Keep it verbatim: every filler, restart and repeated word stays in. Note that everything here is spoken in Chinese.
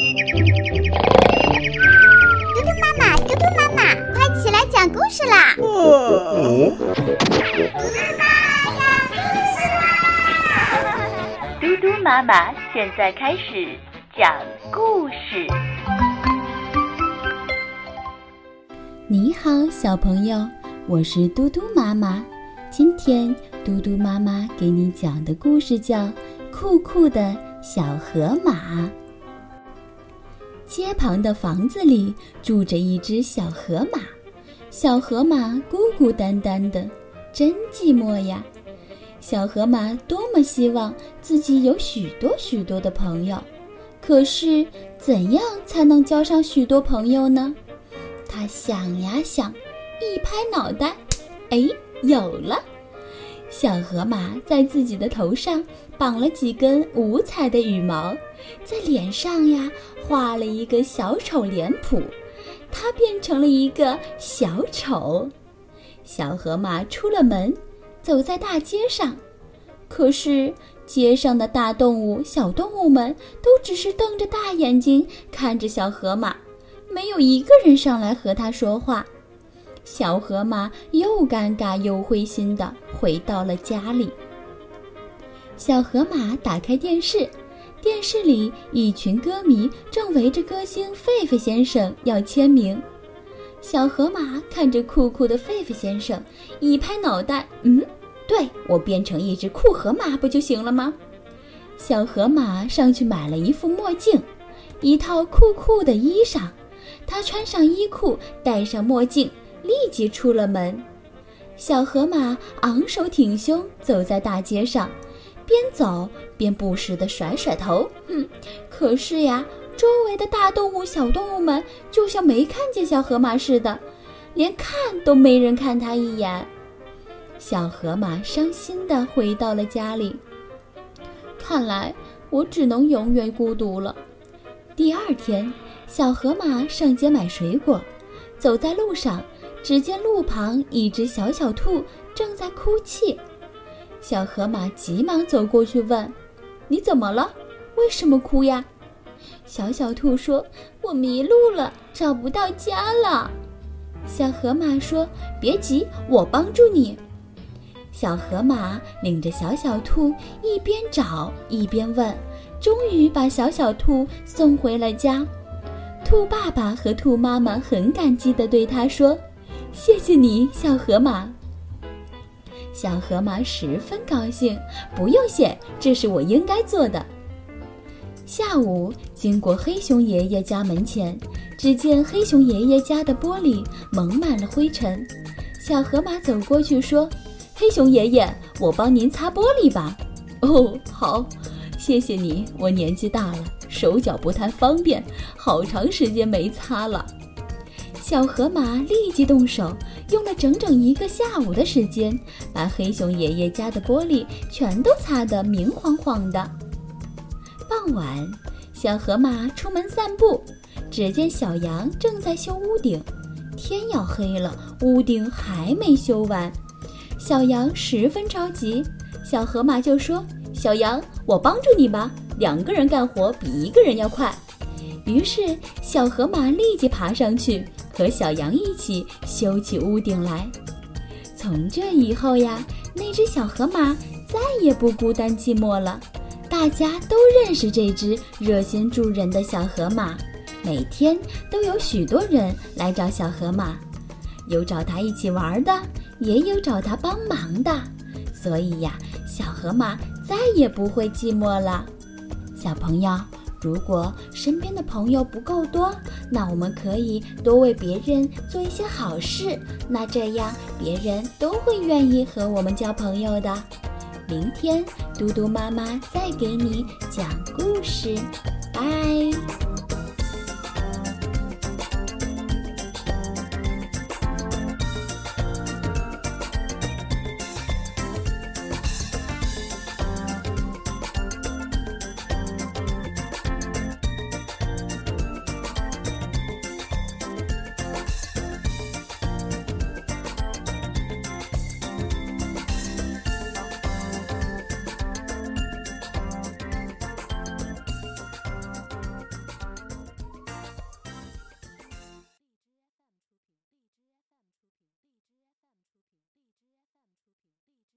嘟嘟妈妈，嘟嘟妈妈，快起来讲故事啦！ 哦， 嘟嘟妈妈现在开始讲故事。 你好，小朋友，我是嘟嘟妈妈。今天嘟嘟妈妈给你讲的故事叫《酷酷的小河马》。街旁的房子里住着一只小河马，小河马孤孤单单的，真寂寞呀。小河马多么希望自己有许多许多的朋友，可是怎样才能交上许多朋友呢？他想呀想，一拍脑袋，哎，有了！小河马在自己的头上绑了几根五彩的羽毛，在脸上呀画了一个小丑脸谱，它变成了一个小丑。小河马出了门，走在大街上，可是街上的大动物、小动物们都只是瞪着大眼睛看着小河马，没有一个人上来和他说话。小河马又尴尬又灰心地回到了家里。小河马打开电视，电视里一群歌迷正围着歌星狒狒先生要签名。小河马看着酷酷的狒狒先生，一拍脑袋，嗯，对，我变成一只酷河马不就行了吗？小河马上去买了一副墨镜，一套酷酷的衣裳，他穿上衣裤，戴上墨镜，立即出了门。小河马昂首挺胸走在大街上，边走边不时地甩甩头，哼，可是呀，周围的大动物小动物们就像没看见小河马似的，连看都没人看他一眼。小河马伤心地回到了家里，看来我只能永远孤独了。第二天，小河马上街买水果，走在路上，只见路旁一只小小兔正在哭泣。小河马急忙走过去问：你怎么了？为什么哭呀？小小兔说：我迷路了，找不到家了。小河马说：别急，我帮助你。小河马领着小小兔一边找一边问，终于把小小兔送回了家。兔爸爸和兔妈妈很感激地对他说：谢谢你，小河马。小河马十分高兴，不用谢，这是我应该做的。下午经过黑熊爷爷家门前，只见黑熊爷爷家的玻璃蒙满了灰尘。小河马走过去说：黑熊爷爷，我帮您擦玻璃吧。哦，好，谢谢你，我年纪大了，手脚不太方便，好长时间没擦了。小河马立即动手，用了整整一个下午的时间，把黑熊爷爷家的玻璃全都擦得明晃晃的。傍晚，小河马出门散步，只见小羊正在修屋顶。天要黑了，屋顶还没修完。小羊十分着急，小河马就说：小羊，我帮助你吧，两个人干活比一个人要快。于是小河马立即爬上去，和小羊一起修起屋顶来。从这以后呀，那只小河马再也不孤单寂寞了，大家都认识这只热心助人的小河马，每天都有许多人来找小河马，有找他一起玩的，也有找他帮忙的，所以呀，小河马再也不会寂寞了。小朋友，如果身边的朋友不够多，那我们可以多为别人做一些好事，那这样别人都会愿意和我们交朋友的。明天嘟嘟妈妈再给你讲故事，拜。